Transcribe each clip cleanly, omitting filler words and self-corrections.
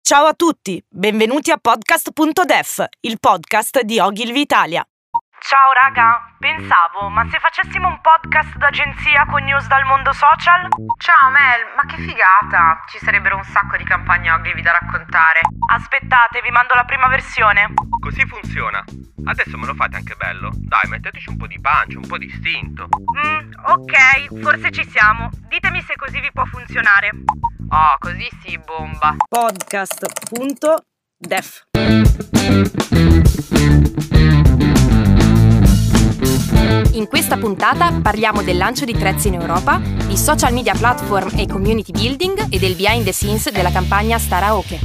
Ciao a tutti, benvenuti a podcast.def, il podcast di Ogilvy Italia. Ciao raga, pensavo, ma se facessimo un podcast d'agenzia con news dal mondo social? Ciao Mel, ma che figata! Ci sarebbero un sacco di campagne Ogilvy da raccontare. Aspettate, vi mando la prima versione. Così funziona. Adesso me lo fate anche bello. Dai, metteteci un po' di punch, un po' distinto. Ok, forse ci siamo. Ditemi se così vi può funzionare. Oh, così sì, bomba. Podcast.def. In questa puntata parliamo del lancio di Threads in Europa, di social media platform e community building e del behind the scenes della campagna Staraoke.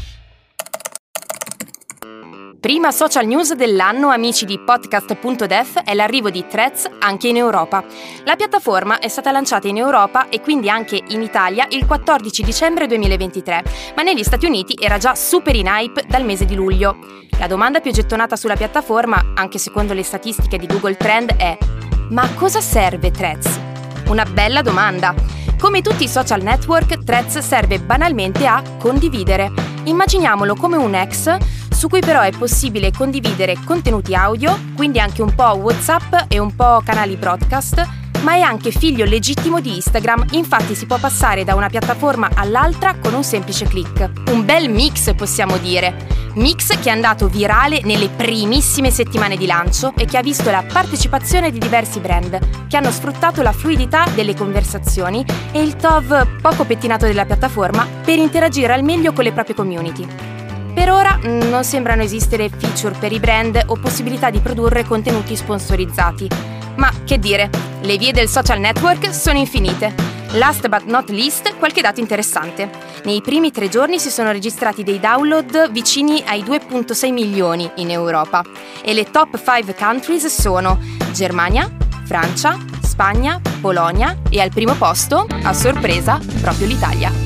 Prima social news dell'anno, amici di podcast.def, è l'arrivo di Threads anche in Europa. La piattaforma è stata lanciata in Europa e quindi anche in Italia il 14 dicembre 2023, ma negli Stati Uniti era già super in hype dal mese di luglio. La domanda più gettonata sulla piattaforma, anche secondo le statistiche di Google Trend, è: ma a cosa serve Threads? Una bella domanda. Come tutti i social network, Threads serve banalmente a condividere. Immaginiamolo come un ex su cui però è possibile condividere contenuti audio, quindi anche un po' WhatsApp e un po' canali broadcast, ma è anche figlio legittimo di Instagram, infatti si può passare da una piattaforma all'altra con un semplice click. Un bel mix, possiamo dire. Mix che è andato virale nelle primissime settimane di lancio e che ha visto la partecipazione di diversi brand che hanno sfruttato la fluidità delle conversazioni e il TOV poco pettinato della piattaforma per interagire al meglio con le proprie community. Per ora non sembrano esistere feature per i brand o possibilità di produrre contenuti sponsorizzati. Ma che dire, le vie del social network sono infinite. Last but not least, qualche dato interessante. Nei primi 3 giorni si sono registrati dei download vicini ai 2,6 milioni in Europa. E le top 5 countries sono Germania, Francia, Spagna, Polonia e al primo posto, a sorpresa, proprio l'Italia.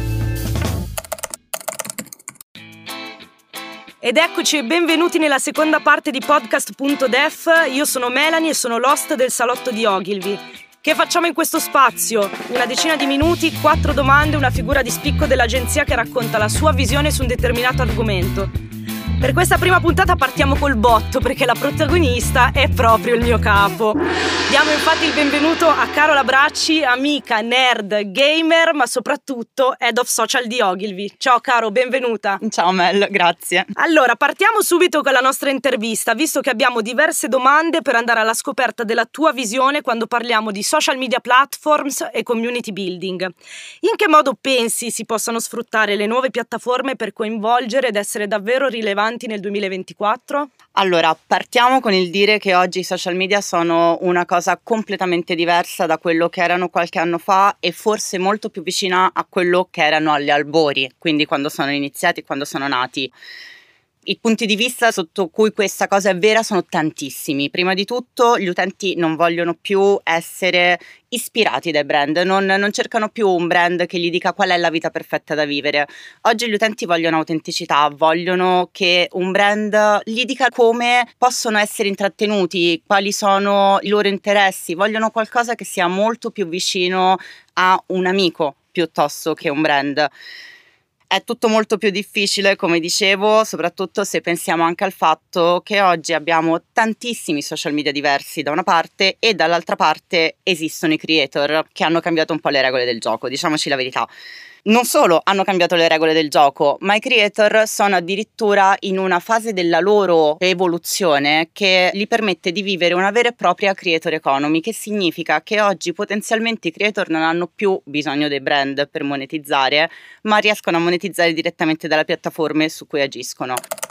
Ed eccoci e benvenuti nella seconda parte di podcast.def. Io sono Melanie e sono l'host del salotto di Ogilvy. Che facciamo in questo spazio? Una decina di minuti, 4 domande, una figura di spicco dell'agenzia che racconta la sua visione su un determinato argomento. Per questa prima puntata partiamo col botto, perché la protagonista è proprio il mio capo. Diamo infatti il benvenuto a Carola Bracci, amica, nerd, gamer, ma soprattutto head of social di Ogilvy. Ciao Caro, benvenuta. Ciao Mel, grazie. Allora, partiamo subito con la nostra intervista, visto che abbiamo diverse domande per andare alla scoperta della tua visione quando parliamo di social media platforms e community building. In che modo pensi si possano sfruttare le nuove piattaforme per coinvolgere ed essere davvero rilevanti nel 2024? Allora, partiamo con il dire che oggi i social media sono una cosa completamente diversa da quello che erano qualche anno fa e forse molto più vicina a quello che erano agli albori, quindi quando sono iniziati, quando sono nati. I punti di vista sotto cui questa cosa è vera sono tantissimi. Prima di tutto gli utenti non vogliono più essere ispirati dai brand, non cercano più un brand che gli dica qual è la vita perfetta da vivere. Oggi gli utenti vogliono autenticità, vogliono che un brand gli dica come possono essere intrattenuti, quali sono i loro interessi, vogliono qualcosa che sia molto più vicino a un amico piuttosto che un brand. È tutto molto più difficile, come dicevo, soprattutto se pensiamo anche al fatto che oggi abbiamo tantissimi social media diversi da una parte e dall'altra parte esistono i creator che hanno cambiato un po' le regole del gioco, diciamoci la verità. Non solo hanno cambiato le regole del gioco, ma i creator sono addirittura in una fase della loro evoluzione che gli permette di vivere una vera e propria creator economy, che significa che oggi potenzialmente i creator non hanno più bisogno dei brand per monetizzare, ma riescono a monetizzare direttamente dalle piattaforme su cui agiscono.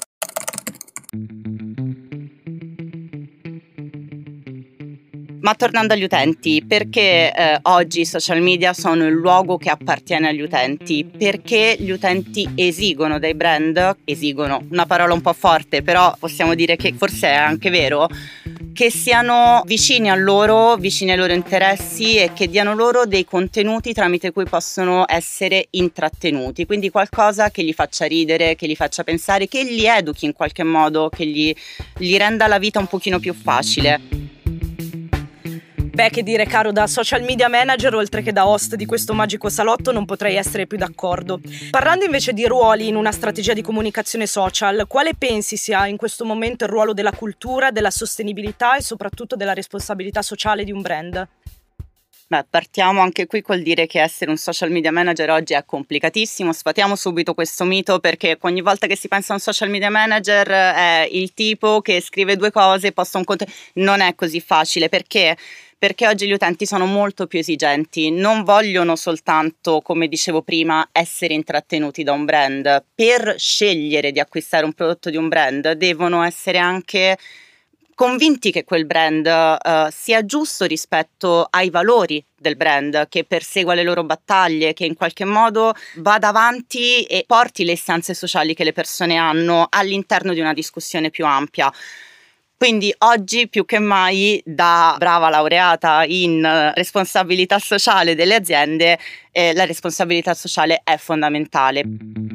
Ma tornando agli utenti, perché oggi i social media sono il luogo che appartiene agli utenti? Perché gli utenti esigono dai brand, esigono, una parola un po' forte, però possiamo dire che forse è anche vero, che siano vicini a loro, vicini ai loro interessi e che diano loro dei contenuti tramite cui possono essere intrattenuti, quindi qualcosa che gli faccia ridere, che gli faccia pensare, che li educhi in qualche modo, che gli renda la vita un pochino più facile. Beh, che dire, caro, da social media manager oltre che da host di questo magico salotto non potrei essere più d'accordo. Parlando invece di ruoli in una strategia di comunicazione social, quale pensi sia in questo momento il ruolo della cultura, della sostenibilità e soprattutto della responsabilità sociale di un brand? Beh, partiamo anche qui col dire che essere un social media manager oggi è complicatissimo. Sfatiamo subito questo mito, perché ogni volta che si pensa a un social media manager è il tipo che scrive 2 cose, posta un contenuto. Non è così facile, perché oggi gli utenti sono molto più esigenti, non vogliono soltanto, come dicevo prima, essere intrattenuti da un brand. Per scegliere di acquistare un prodotto di un brand devono essere anche convinti che quel brand sia giusto rispetto ai valori del brand, che persegua le loro battaglie, che in qualche modo vada avanti e porti le istanze sociali che le persone hanno all'interno di una discussione più ampia. Quindi oggi più che mai, da brava laureata in responsabilità sociale delle aziende, la responsabilità sociale è fondamentale.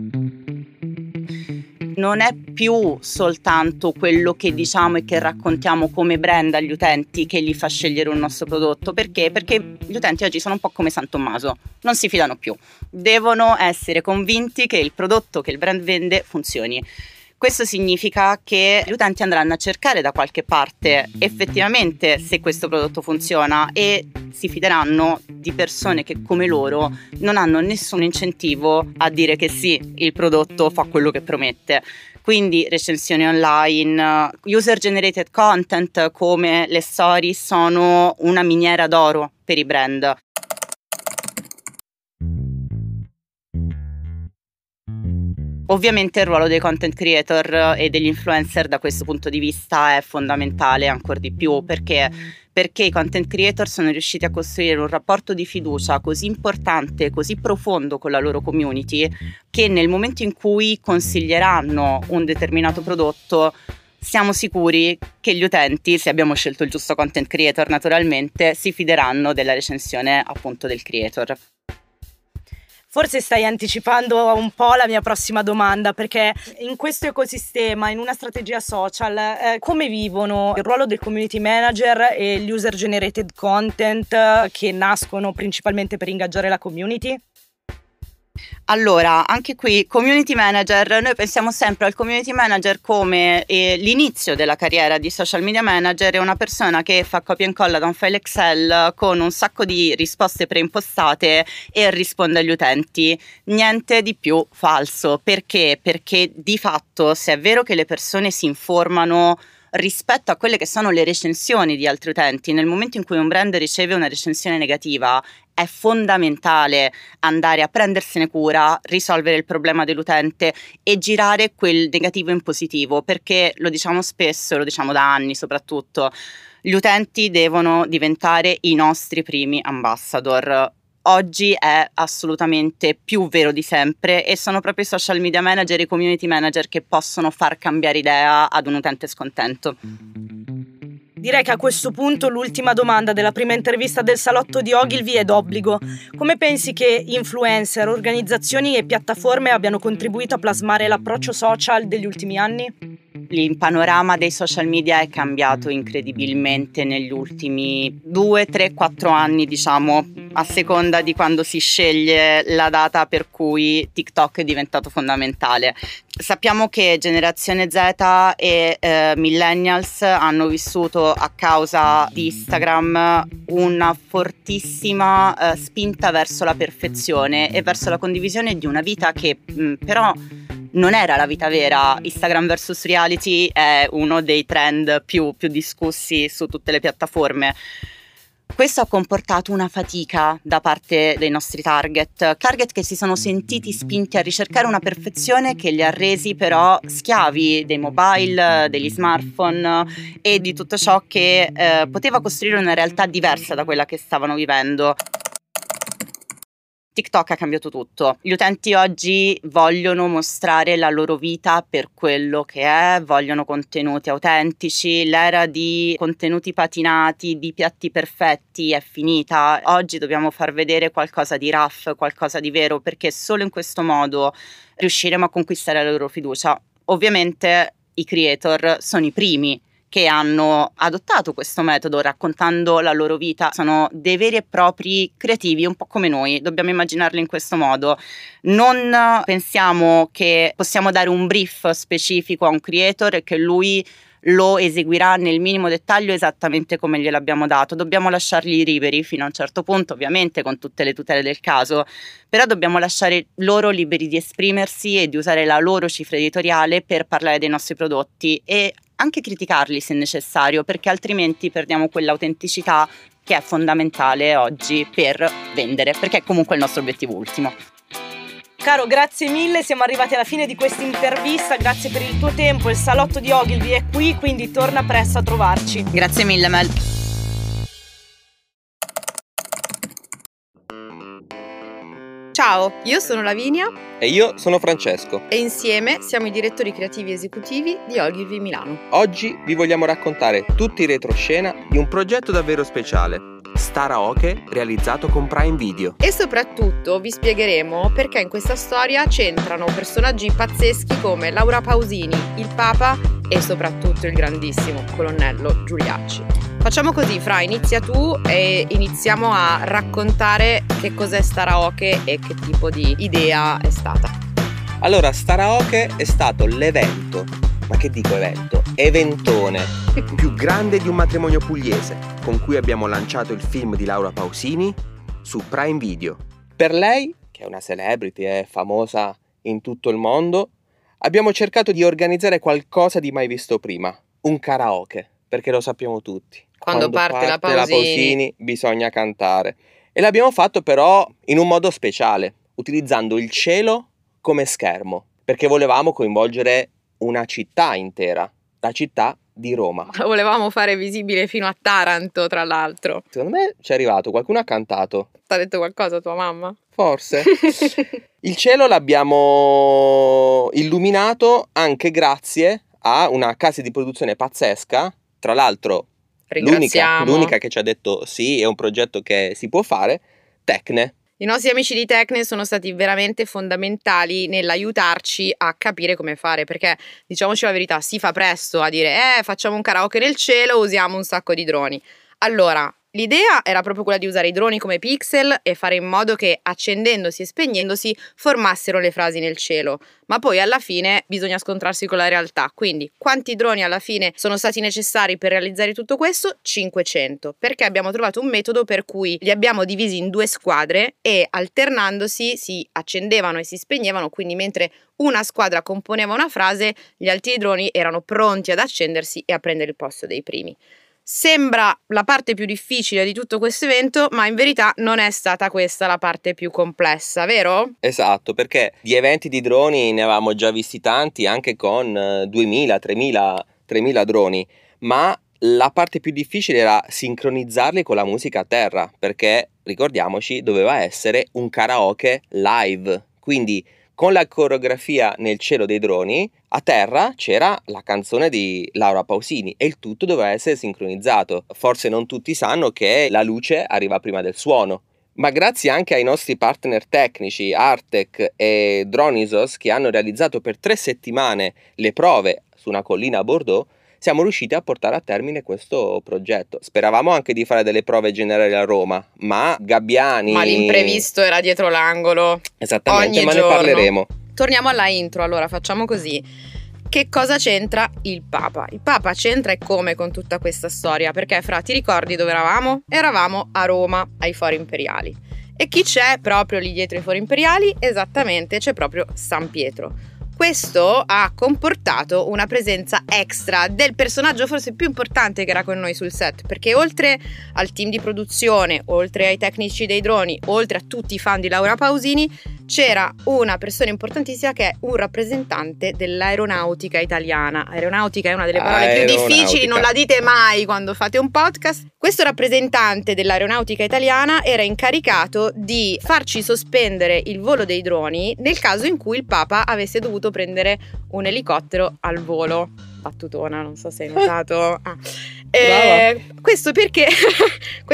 Non è più soltanto quello che diciamo e che raccontiamo come brand agli utenti che gli fa scegliere un nostro prodotto. Perché? Perché gli utenti oggi sono un po' come San Tommaso, non si fidano più. Devono essere convinti che il prodotto che il brand vende funzioni. Questo significa che gli utenti andranno a cercare da qualche parte effettivamente se questo prodotto funziona e si fideranno di persone che come loro non hanno nessun incentivo a dire che sì, il prodotto fa quello che promette. Quindi recensioni online, user generated content come le stories sono una miniera d'oro per i brand. Ovviamente il ruolo dei content creator e degli influencer da questo punto di vista è fondamentale ancora di più, perché i content creator sono riusciti a costruire un rapporto di fiducia così importante, così profondo con la loro community, che nel momento in cui consiglieranno un determinato prodotto siamo sicuri che gli utenti, se abbiamo scelto il giusto content creator naturalmente, si fideranno della recensione appunto del creator. Forse stai anticipando un po' la mia prossima domanda, perché in questo ecosistema, in una strategia social, come vivono il ruolo del community manager e gli user generated content che nascono principalmente per ingaggiare la community? Allora, anche qui community manager, noi pensiamo sempre al community manager come l'inizio della carriera di social media manager, è una persona che fa copia e incolla da un file Excel con un sacco di risposte preimpostate e risponde agli utenti. Niente di più falso. Perché? Perché di fatto, se è vero che le persone si informano rispetto a quelle che sono le recensioni di altri utenti, nel momento in cui un brand riceve una recensione negativa è fondamentale andare a prendersene cura, risolvere il problema dell'utente e girare quel negativo in positivo, perché lo diciamo spesso, lo diciamo da anni soprattutto, gli utenti devono diventare i nostri primi ambassador. Oggi è assolutamente più vero di sempre e sono proprio i social media manager e i community manager che possono far cambiare idea ad un utente scontento. Direi che a questo punto l'ultima domanda della prima intervista del salotto di Ogilvy è d'obbligo. Come pensi che influencer, organizzazioni e piattaforme abbiano contribuito a plasmare l'approccio social degli ultimi anni? Il panorama dei social media è cambiato incredibilmente negli ultimi 2, 3, 4 anni, diciamo, a seconda di quando si sceglie la data per cui TikTok è diventato fondamentale. Sappiamo che generazione Z e millennials hanno vissuto a causa di Instagram una fortissima spinta verso la perfezione e verso la condivisione di una vita che però non era la vita vera. Instagram versus reality è uno dei trend più discussi su tutte le piattaforme. Questo ha comportato una fatica da parte dei nostri target che si sono sentiti spinti a ricercare una perfezione che li ha resi però schiavi dei mobile, degli smartphone e di tutto ciò che poteva costruire una realtà diversa da quella che stavano vivendo. TikTok ha cambiato tutto. Gli utenti oggi vogliono mostrare la loro vita per quello che è, vogliono contenuti autentici, l'era di contenuti patinati, di piatti perfetti è finita. Oggi dobbiamo far vedere qualcosa di rough, qualcosa di vero, perché solo in questo modo riusciremo a conquistare la loro fiducia. Ovviamente i creator sono i primi che hanno adottato questo metodo raccontando la loro vita. Sono dei veri e propri creativi, un po' come noi, dobbiamo immaginarli in questo modo. Non pensiamo che possiamo dare un brief specifico a un creator e che lui lo eseguirà nel minimo dettaglio esattamente come gliel'abbiamo dato. Dobbiamo lasciargli liberi fino a un certo punto, ovviamente con tutte le tutele del caso, però dobbiamo lasciare loro liberi di esprimersi e di usare la loro cifra editoriale per parlare dei nostri prodotti e anche criticarli se necessario, perché altrimenti perdiamo quell'autenticità che è fondamentale oggi per vendere, perché è comunque il nostro obiettivo ultimo. Caro, grazie mille, siamo arrivati alla fine di questa intervista, grazie per il tuo tempo, il salotto di Ogilvy è qui, quindi torna presto a trovarci. Grazie mille Mel. Ciao, io sono Lavinia E io sono Francesco. e insieme siamo i direttori creativi esecutivi di Ogilvy Milano. Oggi vi vogliamo raccontare tutti i retroscena di un progetto davvero speciale, Staraoke, realizzato con Prime Video. E soprattutto vi spiegheremo perché in questa storia c'entrano personaggi pazzeschi come Laura Pausini, il Papa e soprattutto il grandissimo colonnello Giuliacci. Facciamo così, Fra, inizia tu e iniziamo a raccontare che cos'è Staraoke e che tipo di idea è stata. Allora, Staraoke è stato l'evento, ma che dico evento? Eventone più grande di un matrimonio pugliese, con cui abbiamo lanciato il film di Laura Pausini su Prime Video. Per lei, che è una celebrity, è famosa in tutto il mondo, abbiamo cercato di organizzare qualcosa di mai visto prima, un karaoke, perché lo sappiamo tutti. Quando parte la Pausini bisogna cantare. E l'abbiamo fatto però in un modo speciale, utilizzando il cielo come schermo, perché volevamo coinvolgere una città intera, la città di Roma. Lo volevamo fare visibile fino a Taranto, tra l'altro. Secondo me ci è arrivato, qualcuno ha cantato. T'ha detto qualcosa tua mamma? Forse. Il cielo l'abbiamo illuminato anche grazie a una casa di produzione pazzesca, tra l'altro l'unica che ci ha detto sì, è un progetto che si può fare, Tecne. I nostri amici di Tecne sono stati veramente fondamentali nell'aiutarci a capire come fare, perché diciamoci la verità, si fa presto a dire facciamo un karaoke nel cielo, usiamo un sacco di droni. Allora, l'idea era proprio quella di usare i droni come pixel e fare in modo che accendendosi e spegnendosi formassero le frasi nel cielo, ma poi alla fine bisogna scontrarsi con la realtà, quindi quanti droni alla fine sono stati necessari per realizzare tutto questo? 500, perché abbiamo trovato un metodo per cui li abbiamo divisi in 2 squadre e alternandosi si accendevano e si spegnevano, quindi mentre una squadra componeva una frase, gli altri droni erano pronti ad accendersi e a prendere il posto dei primi. Sembra la parte più difficile di tutto questo evento, ma in verità non è stata questa la parte più complessa, vero? Esatto, perché di eventi di droni ne avevamo già visti tanti, anche con 2000, 3000 droni, ma la parte più difficile era sincronizzarli con la musica a terra, perché ricordiamoci doveva essere un karaoke live, quindi con la coreografia nel cielo dei droni, a terra c'era la canzone di Laura Pausini e il tutto doveva essere sincronizzato. Forse non tutti sanno che la luce arriva prima del suono, ma grazie anche ai nostri partner tecnici Artec e Dronisos, che hanno realizzato per 3 settimane le prove su una collina a Bordeaux, siamo riusciti a portare a termine questo progetto. Speravamo anche di fare delle prove generali a Roma, ma Gabbiani... Ma l'imprevisto era dietro l'angolo. Esattamente, ogni ma giorno. ne parleremo. Torniamo alla intro, allora facciamo così. Che cosa c'entra il Papa? Il Papa c'entra e come con tutta questa storia? Perché, Fra, ti ricordi dove eravamo? Eravamo a Roma, ai Fori Imperiali. E chi c'è proprio lì dietro i Fori Imperiali? Esattamente, c'è proprio San Pietro. Questo ha comportato una presenza extra del personaggio forse più importante che era con noi sul set, perché oltre al team di produzione, oltre ai tecnici dei droni, oltre a tutti i fan di Laura Pausini, c'era una persona importantissima che è un rappresentante dell'aeronautica italiana. Aeronautica è una delle parole più difficili, non la dite mai quando fate un podcast. Questo rappresentante dell'aeronautica italiana era incaricato di farci sospendere il volo dei droni nel caso in cui il Papa avesse dovuto prendere un elicottero al volo. Battutona, non so se hai notato. Questo perché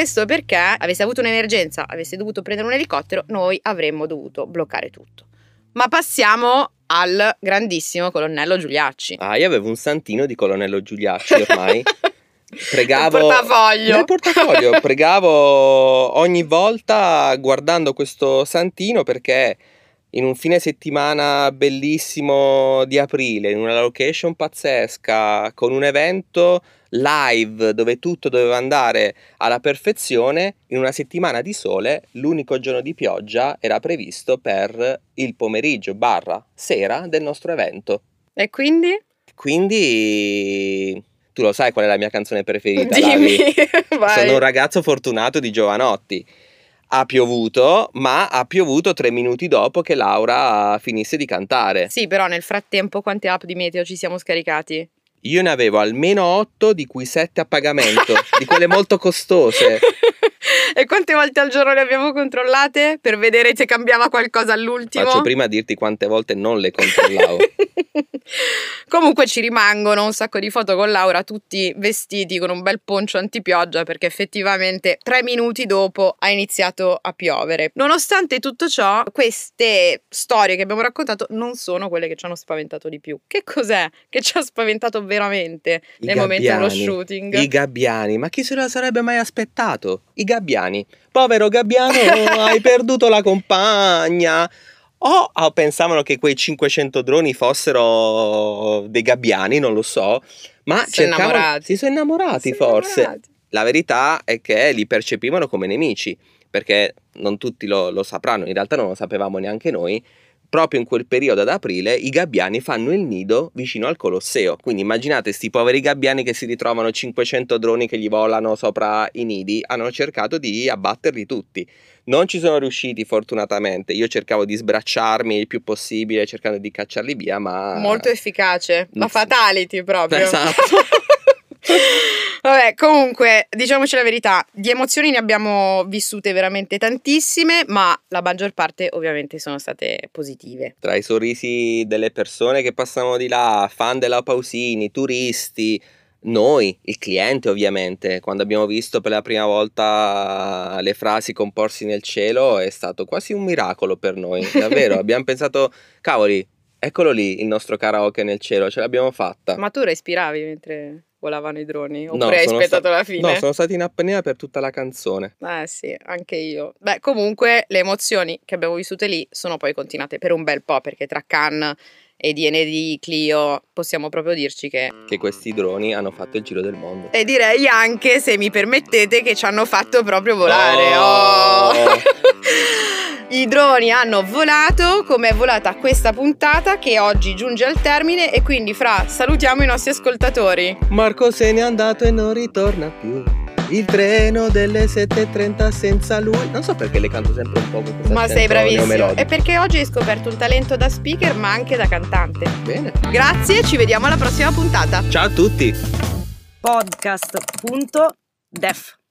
avesse avuto un'emergenza, avesse dovuto prendere un elicottero, noi avremmo dovuto bloccare tutto. Ma passiamo al grandissimo colonnello Giuliacci. Io avevo un santino di colonnello Giuliacci ormai. Pregavo nel portafoglio. Pregavo ogni volta guardando questo santino, perché in un fine settimana bellissimo di aprile, in una location pazzesca, con un evento live dove tutto doveva andare alla perfezione, in una settimana di sole, l'unico giorno di pioggia era previsto per il pomeriggio / sera del nostro evento. E quindi? Quindi tu lo sai qual è la mia canzone preferita, Dimmi, vai. Sono un ragazzo fortunato di Jovanotti. Ha piovuto, ma ha piovuto 3 minuti dopo che Laura finisse di cantare. Sì, però nel frattempo quante app di meteo ci siamo scaricati? Io ne avevo almeno 8, di cui 7 a pagamento, di quelle molto costose. E quante volte al giorno le abbiamo controllate per vedere se cambiava qualcosa all'ultimo? Faccio prima a dirti quante volte non le controllavo. Comunque ci rimangono un sacco di foto con Laura, tutti vestiti con un bel poncio antipioggia, perché effettivamente 3 minuti dopo ha iniziato a piovere. Nonostante tutto ciò, queste storie che abbiamo raccontato non sono quelle che ci hanno spaventato di più. Che cos'è che ci ha spaventato veramente nel momento dello shooting? I gabbiani, ma chi se lo sarebbe mai aspettato? I gabbiani. Povero gabbiano, hai perduto la compagna. O pensavano che quei 500 droni fossero dei gabbiani, non lo so, ma si sono innamorati forse. Innamorati. La verità è che li percepivano come nemici, perché non tutti lo sapranno, in realtà non lo sapevamo neanche noi. Proprio in quel periodo ad aprile i gabbiani fanno il nido vicino al Colosseo, quindi immaginate sti poveri gabbiani che si ritrovano 500 droni che gli volano sopra i nidi. Hanno cercato di abbatterli tutti, non ci sono riusciti fortunatamente. Io cercavo di sbracciarmi il più possibile cercando di cacciarli via, ma molto efficace, la fatality proprio. Esatto. Vabbè, comunque, diciamoci la verità, di emozioni ne abbiamo vissute veramente tantissime, ma la maggior parte ovviamente sono state positive. Tra i sorrisi delle persone che passavano di là, fan della Pausini, turisti, noi, il cliente ovviamente, quando abbiamo visto per la prima volta le frasi comporsi nel cielo, è stato quasi un miracolo per noi, davvero. Abbiamo pensato, cavoli, eccolo lì il nostro karaoke nel cielo, ce l'abbiamo fatta. Ma tu respiravi mentre volavano i droni? Oppure hai aspettato la fine? No, sono stati in apnea per tutta la canzone. Sì, anche io. Beh, comunque le emozioni che abbiamo vissute lì sono poi continuate per un bel po', perché tra Cannes e DND Clio possiamo proprio dirci che questi droni hanno fatto il giro del mondo. E direi anche, se mi permettete, che ci hanno fatto proprio volare. I droni hanno volato come è volata questa puntata, che oggi giunge al termine, e quindi salutiamo i nostri ascoltatori. Marco se n'è andato e non ritorna più. Il treno delle 7:30 senza lui. Non so perché le canto sempre un po' con questa Ma sei bravissimo. E perché oggi hai scoperto un talento da speaker ma anche da cantante. Bene. Grazie, ci vediamo alla prossima puntata. Ciao a tutti. Podcast.def